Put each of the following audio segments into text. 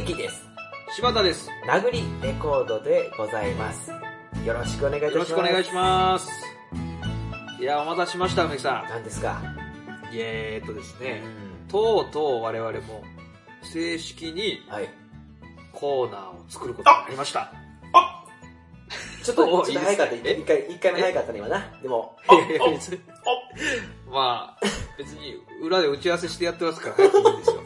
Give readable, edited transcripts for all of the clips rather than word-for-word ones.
キです。 柴田です。 殴りレコードでございます。よろしくお願いいたします。 よろしくお願いします。いや、お待たせしました、梅木さん。 何ですか？ ですね、とうとう我々も正式にコーナーを作ることになりました。 ちょっと早かった。一回目早かったね、今な。でも、 まあ、別に裏で打ち合わせしてやってますから早くいいんですよ。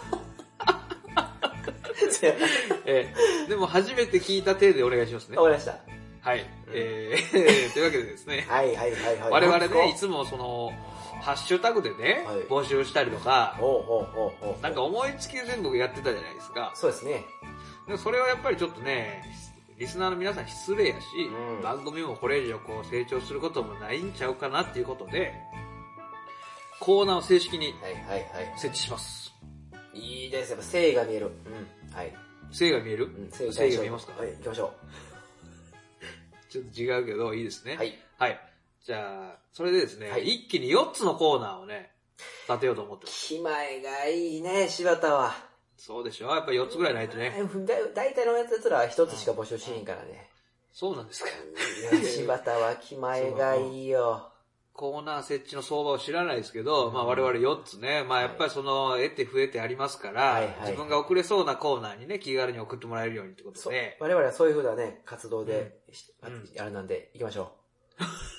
でも初めて聞いた体でお願いしますね。 わかりました。 はい。というわけでですね。 はい。 我々ね、いつもその、ハッシュタグでね、募集したりとか、なんか思いつき全部やってたじゃないですか。 そうですね。 それはやっぱりちょっとね、リスナーの皆さん失礼やし、番組もこれ以上こう成長することもないんちゃうかなっていうことで、コーナーを正式に設置します。 いいです。やっぱ精が見える。はい。 精が見える？精が見えますか？ はい、行きましょう。ちょっと違うけど、いいですね。 はい。 はい。じゃあ、それでですね、一気に4つのコーナーをね、立てようと思ってます。 気前がいいね、柴田は。 そうでしょ？やっぱ4つぐらいないとね。 大体のやつらは1つしか募集しへんからね。 そうなんですか。 いや、柴田は気前がいいよ。 コーナー設置の相場を知らないですけど、まあ我々4つね、まあやっぱりその、得て増えてありますから、自分が送れそうなコーナーにね、気軽に送ってもらえるようにってことで。 我々はそういう風なね、活動で、あれなんで、行きましょう。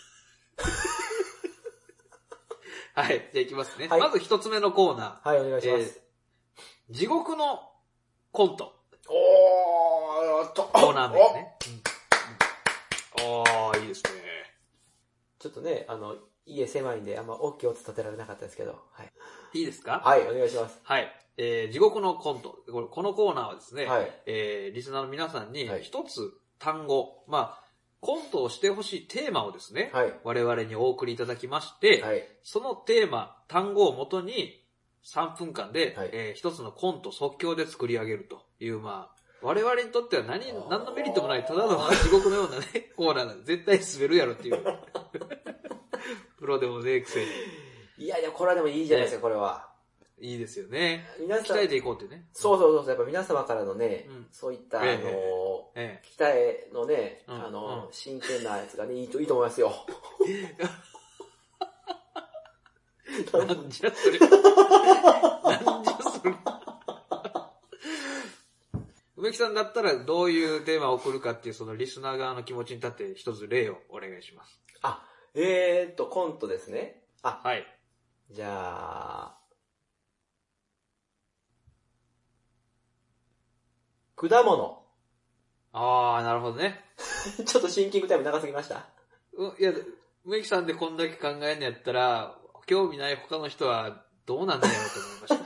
はい、じゃあ行きますね。まず1つ目のコーナー。 はい、お願いします。 地獄のコント。 コーナー名ね。いいですね。 ちょっとね、家狭いんであんま大きい音立てられなかったですけど、はい。 いいですか？ はい、お願いします。 はい。地獄のコント。このコーナーはですね、 はい、 リスナーの皆さんに一つ単語、まあ、コントをしてほしいテーマをですね、我々にお送りいただきまして、そのテーマ、単語をもとに3分間で、一つのコント即興で作り上げるという、まあ、我々にとっては何のメリットもない、ただの地獄のようなね、コーナーなんで絶対滑るやろっていう。プロでもねえくせに。 いや、これはでもいいじゃないですか、これは。 いいですよね。鍛えていこうってね。 そう、やっぱ皆様からのね、そういった、鍛えのね、真剣なやつがね、いいと思いますよ。 なんじゃそれ。なんじゃそれ。梅木さんだったらどういうテーマを送るかっていうそのリスナー側の気持ちに立って一つ例をお願いします。 コントですね。 はい。 じゃあ、果物。 なるほどね。 ちょっとシンキングタイム長すぎました。 いや、梅木さんでこんだけ考えんのやったら、興味ない他の人はどうなんだろうと思いました。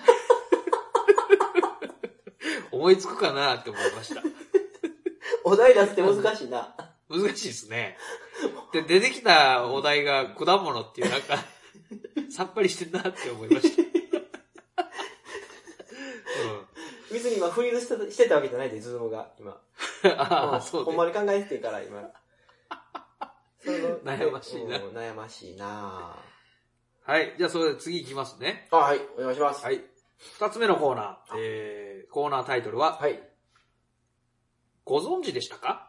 思いつくかなって思いました。 お題出すって難しいな。 難しいですね。で、出てきたお題が果物っていうなんか、さっぱりしてんなって思いました。 別に今フリーズしてたわけじゃないで、ズームが、今。そうね。ほんまに考えてから、今。 悩ましいな。 悩ましいな。 はい、じゃあそれで次行きますね。 はい、お願いします。 はい。2つ目のコーナー。コーナータイトルは、ご存知でしたか？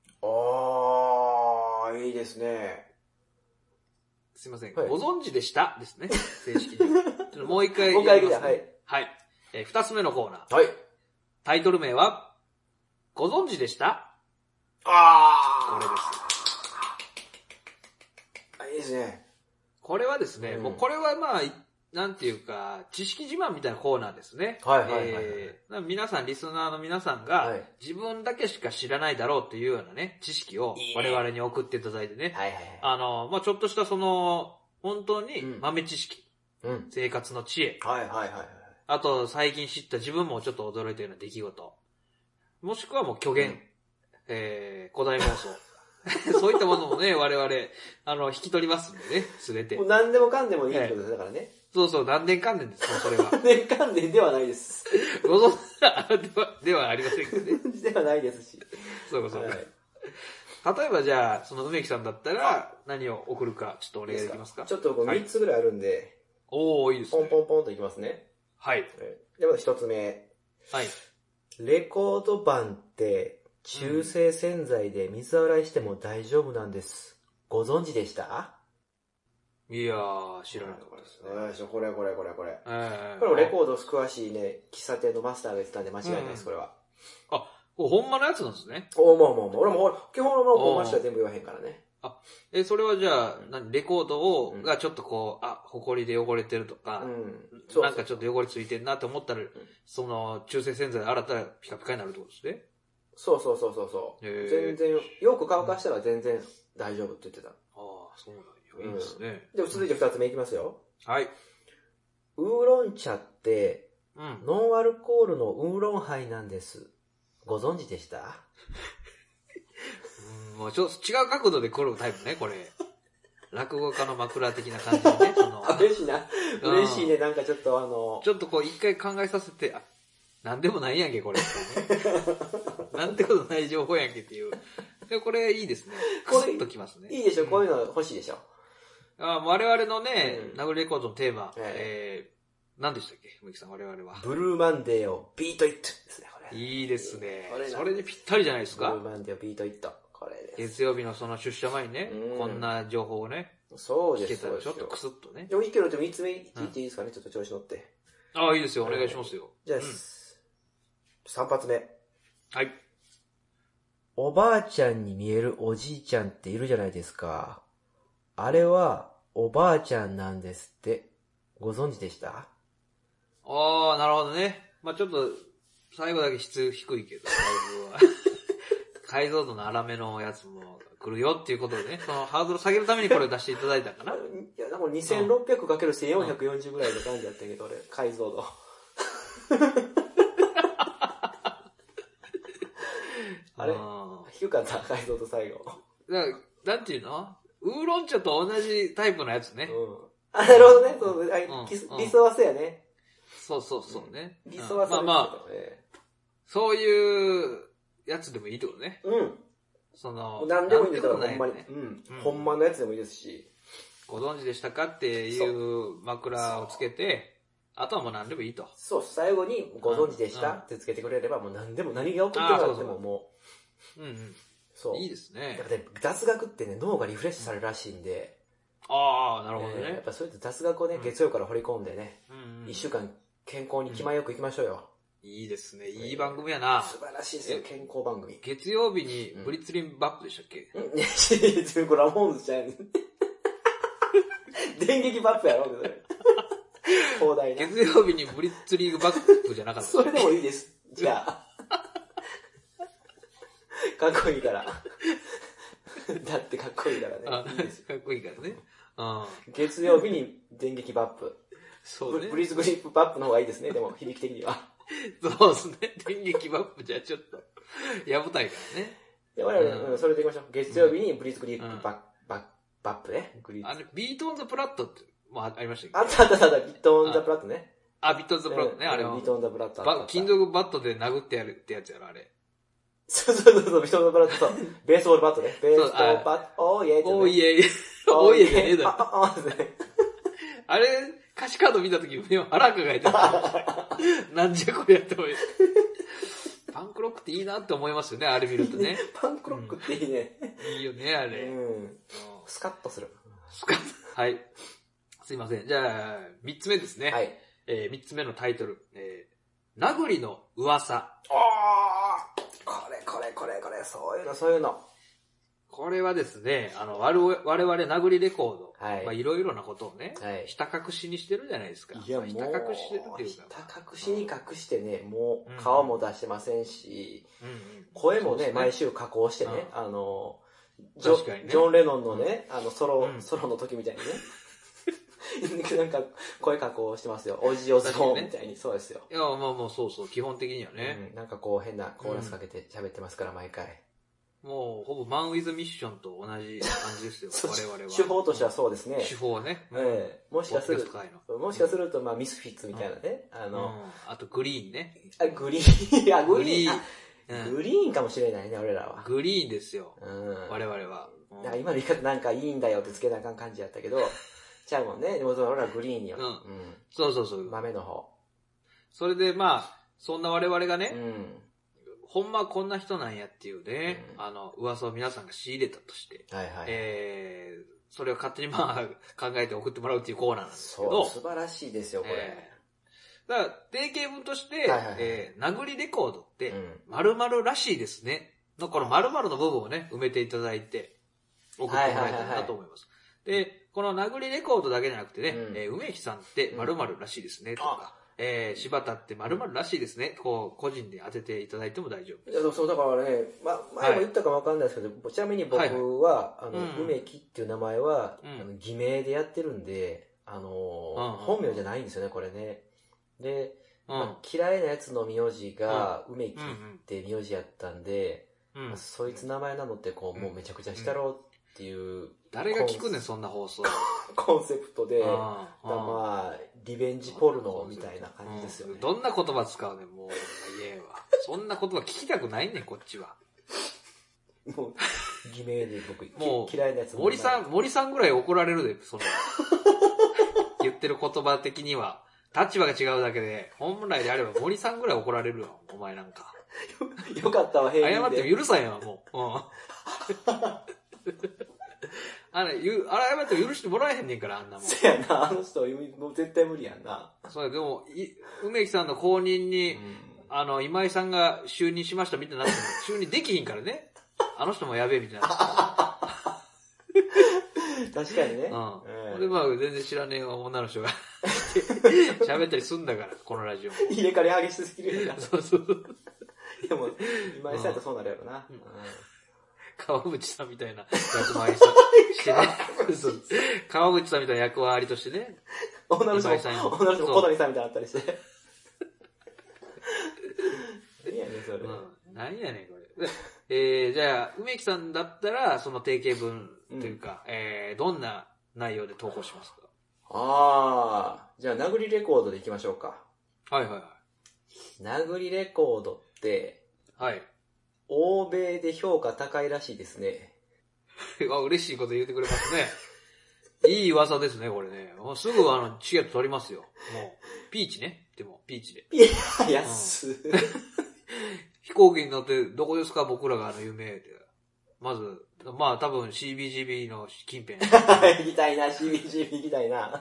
いいですね。 すいません。ご存知でしたですね。正式に。ちょっともう一回。 もう一回言って、はい。 はい。2つ目のコーナー。 はい。 タイトル名は、ご存知でした？これです。 いいですね。 これはですね、もうこれはまあ、なんていうか、知識自慢みたいなコーナーですね。皆さん、リスナーの皆さんが、自分だけしか知らないだろうっていうようなね、知識を我々に送っていただいてね。まあちょっとしたその、本当に豆知識。生活の知恵。あと、最近知った自分もちょっと驚いたような出来事。もしくはもう虚言。古代妄想。そういったものもね、我々、引き取りますんでね、すべて。 もう何でもかんでもいいってことです、だからね。 そう、何年関連です、それは。 何年関連ではないです。 ではありませんけどね。 ではないですし。 そう。例えばじゃあ、その梅木さんだったら、何を送るか、ちょっとお願いできますか？ ちょっと3つぐらいあるんで。 いいですね。 ポンポンポンといきますね。 はい。 で、まず1つ目。 はい。 レコード盤って中性洗剤で水洗いしても大丈夫なんです。ご存知でした？ いやー、知らないところですね。これ。これもレコード詳しいね、喫茶店のマスターが言ってたんで間違いないです、これは。 あ、ほんまのやつなんですね。 もう。俺も、基本のほんましか全部言わへんからね。 あ、それはじゃあ、レコードがちょっとこう、埃で汚れてるとか、なんかちょっと汚れついてんなって思ったら、その、中性洗剤で洗ったらピカピカになるってことですね。 そう。全然、よく乾かしたら全然大丈夫って言ってた。 ああ、そうなんや。いいですね。 で、続いて2つ目いきますよ。 はい。 ウーロン茶って、ノンアルコールのウーロンハイなんです。ご存知でした？ もうちょっと違う角度で来るタイプね、これ。落語家の枕的な感じでね。 嬉しいな。嬉しいね、なんかちょっとちょっとこう一回考えさせて、なんでもないやんけ、これ。なんてことない情報やんけっていう。で、これいいですね。クスッときますね。 いいでしょ、こういうの欲しいでしょ。 我々のね、ナグレコードのテーマ、何でしたっけ、むきさん、我々は。 ブルーマンデーをビートイットですね、これ。 いいですね。それにぴったりじゃないですか。 ブルーマンデーをビートイット。これです。 月曜日のその出社前にね、こんな情報をね、 そうです。 聞けたらちょっとクスッとね。 でもいいけど、3つ目聞いていいですかね、ちょっと調子乗って。 いいですよ、お願いしますよ。 じゃあ、3発目。 はい。 おばあちゃんに見えるおじいちゃんっているじゃないですか。あれは、おばあちゃんなんですって、ご存知でした？ なるほどね。まあちょっと、最後だけ質低いけど、解像度の荒めのやつも来るよっていうことでね、そのハードル下げるためにこれを出していただいたかな。 いや、なんか 2600×1440 ぐらいの感じだったけど、俺、解像度。あれ低かった、解像度最後。 なんていうの？ウーロン茶と同じタイプのやつね。 なるほどね。理想はそうやね。 そうね。 理想はそうまあ、そういうやつでもいいってことね。 何でもいいんですよ、ほんまに。ほんまのやつでもいいですし。 ご存知でしたかっていう枕をつけて、あとはもう何でもいいと。 そう、最後にご存知でしたってつけてくれれば、もう何でも何が起こってもらってももう。そう。いいですね。 だからね、雑学ってね、脳がリフレッシュされるらしいんで。 なるほどね。 やっぱそういった雑学をね、月曜から掘り込んでね、1週間健康に気前よくいきましょうよ。 いいですね。いい番組やな。 素晴らしいですよ、健康番組。 月曜日にブリッツリンバップでしたっけ？ これラモーンズちゃうねん。電撃バップやろ、それ。広大な。 月曜日にブリッツリーグバップじゃなかった。 それでもいいです。じゃあ。かっこいいから。だってかっこいいからね。いいです。 かっこいいからね。 月曜日に電撃バップ。 そうね。 ブリッツグリップバップの方がいいですね、でも響き的には。 そうですね。電撃バップじゃちょっと、やぶたいからね。 我々、それでいきましょう。月曜日にブリッツグリップバップね。 ビートオンザプラットってもありましたっけ？ あった、ビットオンザプラットね。 ビットオンザプラットね、あれは。 ビットオンザプラット。 金属バットで殴ってやるってやつやろ、あれ。 そう、ビットオンザプラットと、ベースボールバットね。ベースボールバット、おーイエーって。 おーイエー。おーイエーじゃねえだろ。あれ、歌詞カード見たとき、腹抱えてた。なんじゃこれやって思い。パンクロックっていいなって思いますよね、あれ見るとね。 パンクロックっていいね。 いいよね、あれ。 スカッとする。 はい。すいません。じゃあ、3つ目ですね。 はい。 3つ目のタイトル。なぐりの噂。 これ、そういうの。 これはですね、我々なぐりレコード。 はい。 いろいろなことをね、ひた隠しにしてるじゃないですか。 いや、もう、 ひた隠ししてるっていうか。 ひた隠しに隠してね、もう、顔も出してませんし、声もね、毎週加工してね、ジョン・レノンのね、ソロの時みたいにね。なんか、声加工してますよ。オジオズボーンみたいに。そうですよ。 いや、まあ、そう、基本的にはね。 なんかこう変なコーラスかけて喋ってますから、毎回。 もう、ほぼマン・ウィズ・ミッションと同じ感じですよ、我々は。 手法としてはそうですね。 手法はね。 もしかすると、まあ、ミスフィッツみたいなね。 あと、グリーンね。 グリーンかもしれないね、俺らは。 グリーンですよ。我々は。 今の言い方なんかいいんだよってつけなあかん感じやったけど、ちゃうもんね。でも俺らグリーンよ。 そう。 豆の方。 それでまあ、そんな我々がね、 ほんまこんな人なんやっていうね、噂を皆さんが仕入れたとして、それを勝手に考えて送ってもらうっていうコーナーなんですけど。 そう、素晴らしいですよ、これ。 だから、定型文として、殴りレコードって、〇〇らしいですね。のこの〇〇の部分をね、埋めていただいて、送ってもらえたらなと思います。で、この殴りレコードだけじゃなくてね、梅木さんって〇〇らしいですね、とか、柴田って〇〇らしいですね、こう、個人で当てていただいても大丈夫です。 そう、だからね、前も言ったかわかんないですけど、ちなみに僕は、梅木っていう名前は、偽名でやってるんで、本名じゃないんですよね、これね。で、嫌いなやつの名字が、梅木って名字やったんで、そいつ名前なのって、こう、もうめちゃくちゃしたろうっていう。 誰が聞くねん、そんな放送。 コンセプトで、まあ、リベンジポルノみたいな感じですよね。 どんな言葉使うねん、もう、言えわ。そんな言葉聞きたくないねん、こっちは。 もう、偽名で僕、嫌いなやつ森さんぐらい怒られるで、その、言ってる言葉的には。立場が違うだけで、本来であれば森さんぐらい怒られるよ、お前なんか。 よかったわ、平気で。謝って許さんやわ、もう。謝っても許してもらえへんねんから、あんなもん。 そやな、あの人、もう絶対無理やんな。 そうや、でも、梅木さんの後任に、今井さんが就任しましたみたいになっても、就任できひんからね。あの人もやべえみたいな。 確かにね。 で、まあ、全然知らねえ女の人が喋ったりすんだから、このラジオも。 入れ替わり激しすぎるよな。 そうそう。 でも、今井さんとそうなるやろな。 川口さんみたいな役回りしてね。川口さんみたいな役回りとしてね。 女の人も小谷さんみたいなあったりして。何やねん、それ。 何やねん、これ。じゃあ、梅木さんだったら、その定型文というか、どんな内容で投稿しますか？ じゃあ、殴りレコードでいきましょうか。 はいはいはい。 殴りレコードって、 はい。 欧米で評価高いらしいですね。 嬉しいこと言ってくれますね。いい噂ですね、これね。もうすぐチケット取りますよ。もう、ピーチね。でも、ピーチで。 安っ。 飛行機に乗って、どこですか僕らが夢で。まず、まあ多分 CBGB の近辺。 行きたいな、CBGB 行きたいな。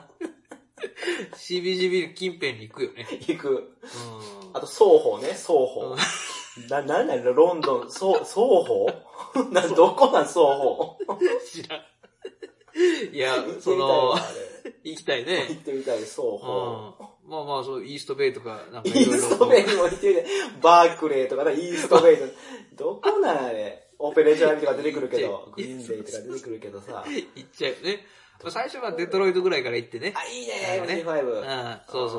CBGB の近辺に行くよね。 行く。あと、双方ね、双方。なんだよ、ロンドン、双方どこなん、双方。 知らん。いや、行きたいね。 行ってみたい、双方。 まあまあ、そう、イーストベイとか、なんかイーストベイにも行ってみたい。バークレーとかね、イーストベイとか。どこなんあれ。オペレーションアミとか出てくるけど、グリーンデイとか出てくるけどさ。 行っちゃうよね。最初はデトロイトぐらいから行ってね。 いいね、MC5。 そう。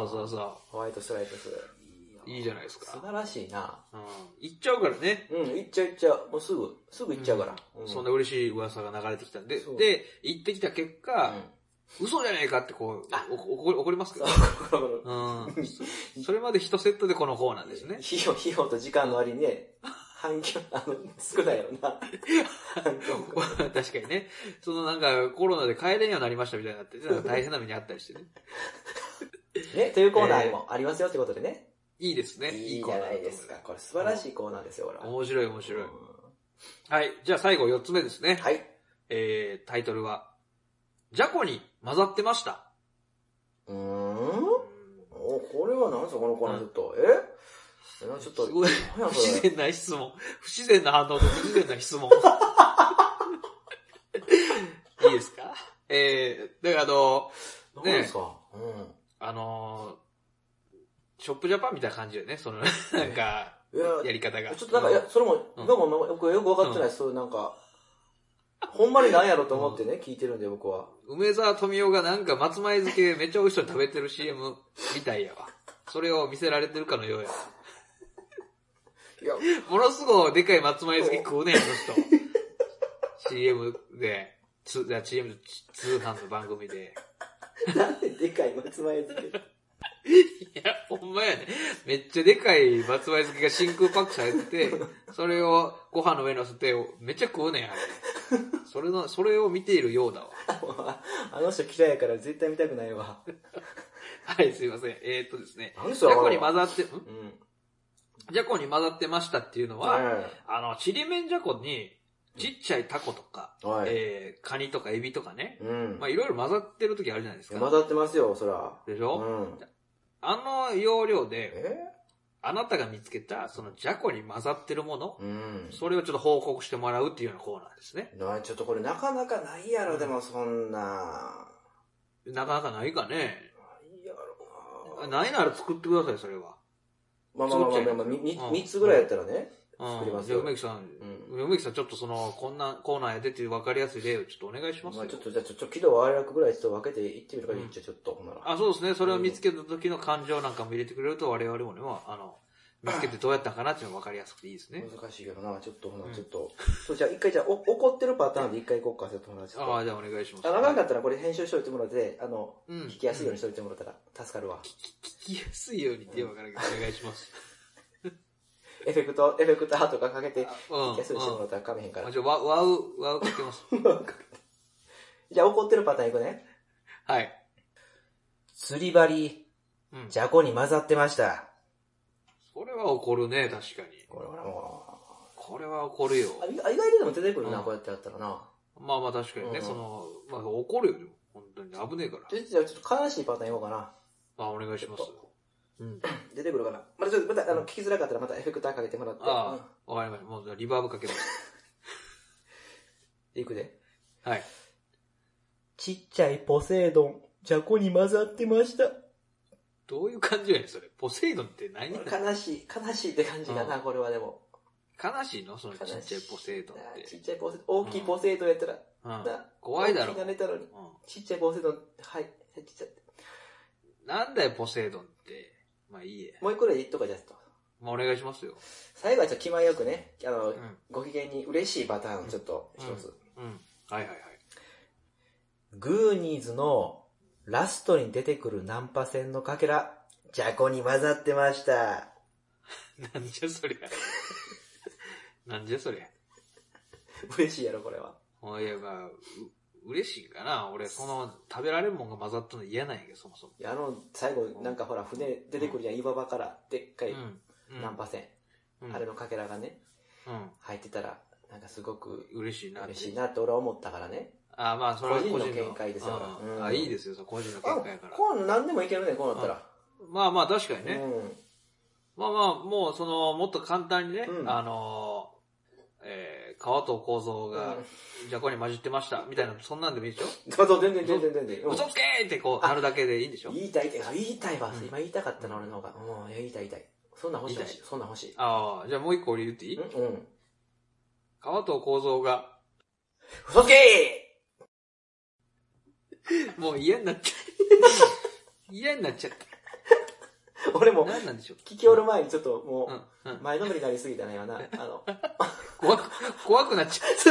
ホワイトストライプス。 いいじゃないですか。 素晴らしいな。 行っちゃうからね。 行っちゃう。もうすぐ行っちゃうから。 そんな嬉しい噂が流れてきたんで、行ってきた結果、嘘じゃねえかってこう、怒りますけど。それまで1セットでこの方なんですね。 費用と時間の割にね、反響、少ないやろな。 確かにね。なんかコロナで帰れんようになりましたみたいになって、大変な目にあったりしてね。 ね、というコーナーもありますよってことでね。 いいですね。 いいじゃないですか。これ素晴らしいコーナーですよ、これは。 面白い。はい。じゃあ最後4つ目ですね。 はい。 タイトルは、じゃこに混ざってました。 これは何ですか、このコーナーずっと。ちょっと、 すごい、不自然な質問。不自然な反応と不自然な質問。いいですか？だから何ですか？ ショップジャパンみたいな感じだよね、なんか、やり方が。 ちょっとなんか、それも、どうも僕よくわかってないです、そういうなんか、ほんまに何やろと思ってね、聞いてるんで僕は。 梅沢富美男がなんか松前漬けめっちゃ美味しそうに食べてる CM みたいやわ。それを見せられてるかのようやわ。いや、ものすごいでかい松前漬け食うねん、あの人。CM で、通販の番組で。 なんででかい松前漬けいや、ほんまやね。めっちゃでかい松前漬けが真空パックされてて、それをご飯の上に乗せて、めっちゃ食うねん、あれ。それを見ているようだわ。 あの人嫌いやから絶対見たくないわ。 はい、すいません。ですね。 何それじゃこに混ざって、 じゃこに混ざってましたっていうのは、ちりめんじゃこに、ちっちゃいタコとか、カニとかエビとかね、まあいろいろ混ざってる時あるじゃないですか。 混ざってますよ、そら。 でしょ、あの要領で、あなたが見つけた、そのじゃこに混ざってるもの、それをちょっと報告してもらうっていうようなコーナーですね。 ちょっとこれなかなかないやろ、でもそんな。 なかなかないかね。ないやろな。ないなら作ってください、それは。 まあ3つぐらいやったらね。作りますよ。 じゃあ、梅木さん、梅木さんちょっとこんなコーナーやでっていう分かりやすい例をちょっとお願いしますよ。 ちょっと、じゃあ、喜怒哀楽ぐらいちょっと分けていってみるか、ちょっと、ほんなら。そうですね。それを見つけた時の感情なんかも入れてくれると、我々もね、見つけてどうやったかなっていうのが分かりやすくていいですね。 難しいけどな、ちょっと、そう、じゃあ一回怒ってるパターンで一回行こうか、ちょっと話して。 じゃあお願いします。 長かったらこれ編集しといてもらって、聞きやすいようにしといてもらったら助かるわ。 聞きやすいようにって分からないけど、お願いします。 エフェクターとかかけて、聞きやすいようにしてもらったらかめへんから。 じゃあ、ワウかけます。 じゃあ怒ってるパターンいくね。 はい。 釣り針、じゃこに混ざってました。 これは怒るね、確かに。これは怒るよ。 意外とでも出てくるな、こうやってやったらな。 まあ確かにね、怒るよ、本当に危ねえから。 じゃあちょっと悲しいパターン言おうかな。 お願いします。 出てくるかな。また聞きづらかったらまたエフェクターかけてもらって。 わかりました。もうリバーブかけます。 いくで。 はい。 ちっちゃいポセイドン、じゃこに混ざってました。 どういう感じやねん、それ。ポセイドンって何？ 悲しいって感じかな、これはでも。 悲しいの？そのちっちゃいポセイドンって。 ちっちゃいポセイドン、大きいポセイドンやったら。 怖いだろ。 大きなネタのに。ちっちゃいポセイドン、はい、ちっちゃい。 なんだよ、ポセイドンって。まあいいえ。 もう一個で言っとかじゃと。 お願いしますよ。 最後はちょっと気前よくね、ご機嫌に嬉しいパターンをちょっと一つ。 はい。 グーニーズのラストに出てくるナンパ船のかけら、じゃこに混ざってました。 なんじゃそりゃ。なんじゃそりゃ。 嬉しいやろ、これは。 いや、嬉しいかな。俺、食べられるもんが混ざったの嫌なんやけど、そもそも。 いや、最後、なんかほら、船出てくるじゃん、岩場から、でっかいナンパ船。あれのかけらがね、入ってたら、なんかすごく嬉しいなって俺は思ったからね。 まあ、それは個人の見解ですよ。 いいですよ、個人の見解から。 こう何でもいけるね、こうなったら。 まあ、確かにね。まあ、もう、もっと簡単にね、川藤幸三が、じゃこに混じってました、みたいな、そんなんでもいいでしょ？ 全然。 嘘つけーってこう、なるだけでいいんでしょ？ 言いたいわ。今言いたかったな、俺の方が。言いたい。そんなん欲しい。じゃあもう一個俺言っていい？川藤幸三が、 嘘つけーもう嫌になっちゃった。 俺も、 何なんでしょう。 聞きおる前にちょっともう、前のめりになりすぎたね、な。 怖くなっちゃう。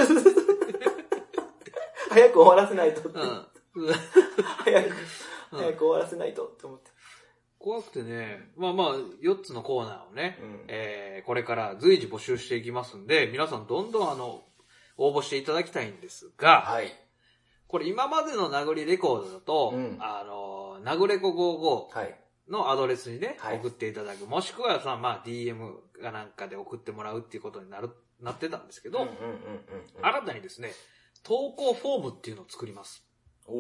早く終わらせないとって。早く終わらせないとって思って。 怖くてね、まあ4つのコーナーをね、これから随時募集していきますんで、皆さんどんどん応募していただきたいんですが、これ今までの殴りレコードだと、殴れこ55、のアドレスにね、送っていただく。もしくはDM かなんかで送ってもらうっていうことになってたんですけど、新たにですね、投稿フォームっていうのを作ります。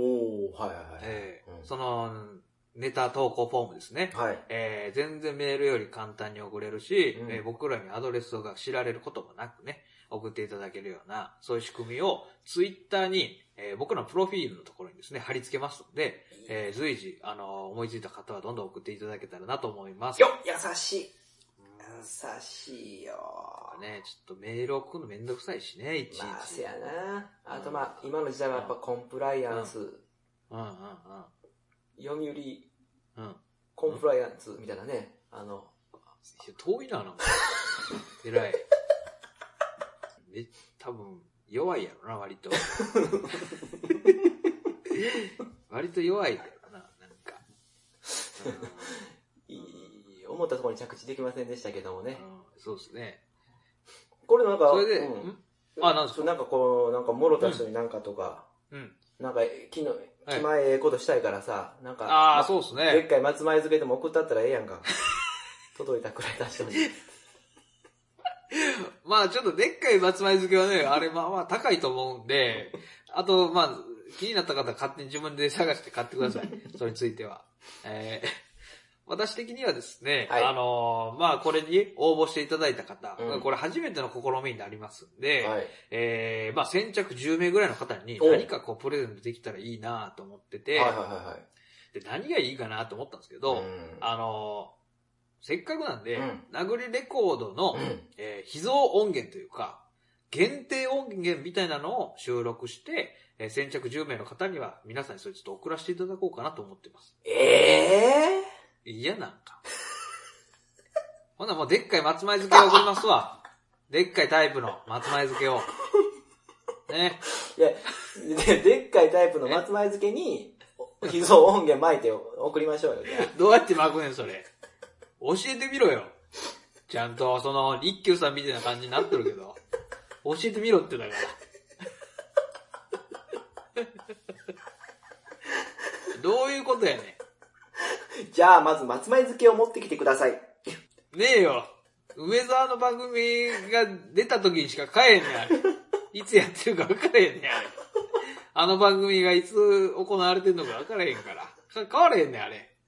その、ネタ投稿フォームですね。全然メールより簡単に送れるし、僕らにアドレスが知られることもなくね、送っていただけるような、そういう仕組みをツイッターに、僕のプロフィールのところにですね、貼り付けますので、随時、思いついた方はどんどん送っていただけたらなと思います。 優しい。優しいよ。 ね、ちょっとメール送るのめんどくさいしね、いちいち。 せやな。あと今の時代はやっぱコンプライアンス。読売、コンプライアンスみたいなね。 遠いな、偉い。多分、弱いやろな、割と。割と弱いやろな、なんか。 思ったところに着地できませんでしたけどもね。 そうですね。 これなんか、 それで、 なんですか？なんかもろた人になんかとか、なんか、気前ええことしたいからさ、なんか、 そうですね。 でっかい松前漬けでも送ったったらええやんか。届いたくれた人に。 まあちょっとでっかい松前漬けはね、あれまあまあ高いと思うんで、あとまあ気になった方は勝手に自分で探して買ってください。それについては。私的にはですね、はい、まあこれに応募していただいた方、これ初めての試みになりますんで、はい、まあ先着10名ぐらいの方に何かこうプレゼントできたらいいなと思ってて、で何がいいかなと思ったんですけど、せっかくなんで、殴りレコードの、秘蔵音源というか、限定音源みたいなのを収録して、先着10名の方には皆さんにそれちょっと送らせていただこうかなと思ってます。嫌なんか。ほなもうでっかい松前漬けを送りますわ。でっかいタイプの松前漬けを。ね。 いや、でっかいタイプの松前漬けに、秘蔵音源巻いて送りましょうよ。 どうやって巻くねん、それ。教えてみろよ。ちゃんと、一休さんみたいな感じになってるけど。教えてみろってだから。どういうことやねん。 じゃあ、まず松前漬けを持ってきてください。ねえよ。梅沢の番組が出た時にしか買えんねん、あれ。いつやってるか分からへんねん、あれ。あの番組がいつ行われてんのか分からへんから。買われへんねん、あれ。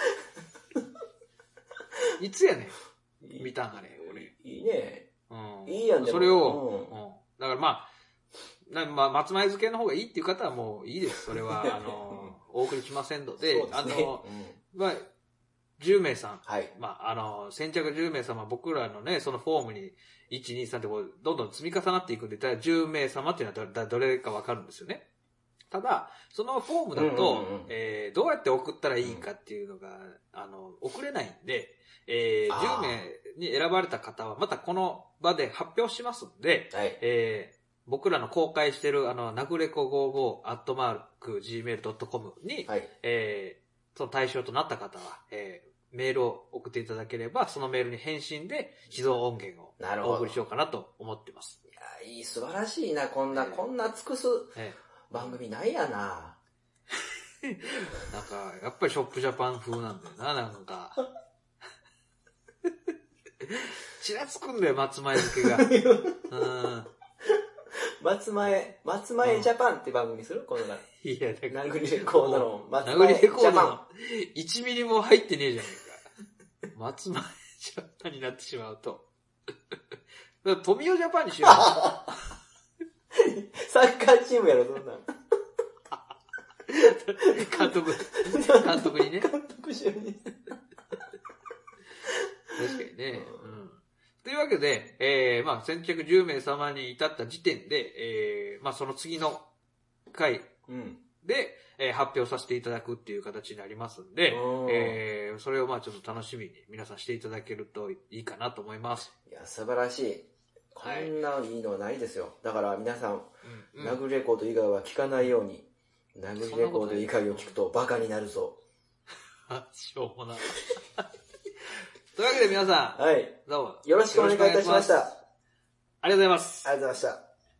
いつやねん。見たんあれ、俺。 いいね。 うん。 いいやん、 それを、だからまあ、松前漬けの方がいいっていう方はもういいです。それは、お送りしませんので、まあ、10名さん。はい。まあ、先着10名様、僕らのね、そのフォームに、1、2、3ってこう、どんどん積み重なっていくんで、10名様っていうのはどれかわかるんですよね。ただ、そのフォームだと、どうやって送ったらいいかっていうのが、送れないんで、10名に選ばれた方は、またこの場で発表しますんで、はい、僕らの公開してる、なぐれこ55@gmail.com に、はい、その対象となった方は、メールを送っていただければ、そのメールに返信で、秘蔵音源をお送りしようかなと思ってます。 いや、素晴らしいな、こんな尽くす番組ないやな。 なんか、やっぱりショップジャパン風なんだよな、なんか。ちらつくんだよ、松前漬けが。 松前ジャパンって番組するこのな。 いや、だから。 殴りレコードの松前ジャパン。1ミリも入ってねえじゃねえか。松前ジャパンになってしまうと。富代ジャパンにしよう。 サッカーチームやろ、そんなん。 監督にね。 監督就任。 確かにね。というわけで、まあ、先着10名様に至った時点で、まあ、その次の回で、発表させていただくっていう形になりますんで、それをまあちょっと楽しみに皆さんしていただけるといいかなと思います。 いや、素晴らしい。こんないいのはないですよ。だから皆さん、殴りレコード以外は聞かないように、殴りレコード以外を聞くとバカになるぞ。 しょうもない。というわけで皆さん、 はい。 どうも。 よろしくお願いいたしました。 ありがとうございます。 ありがとうございました。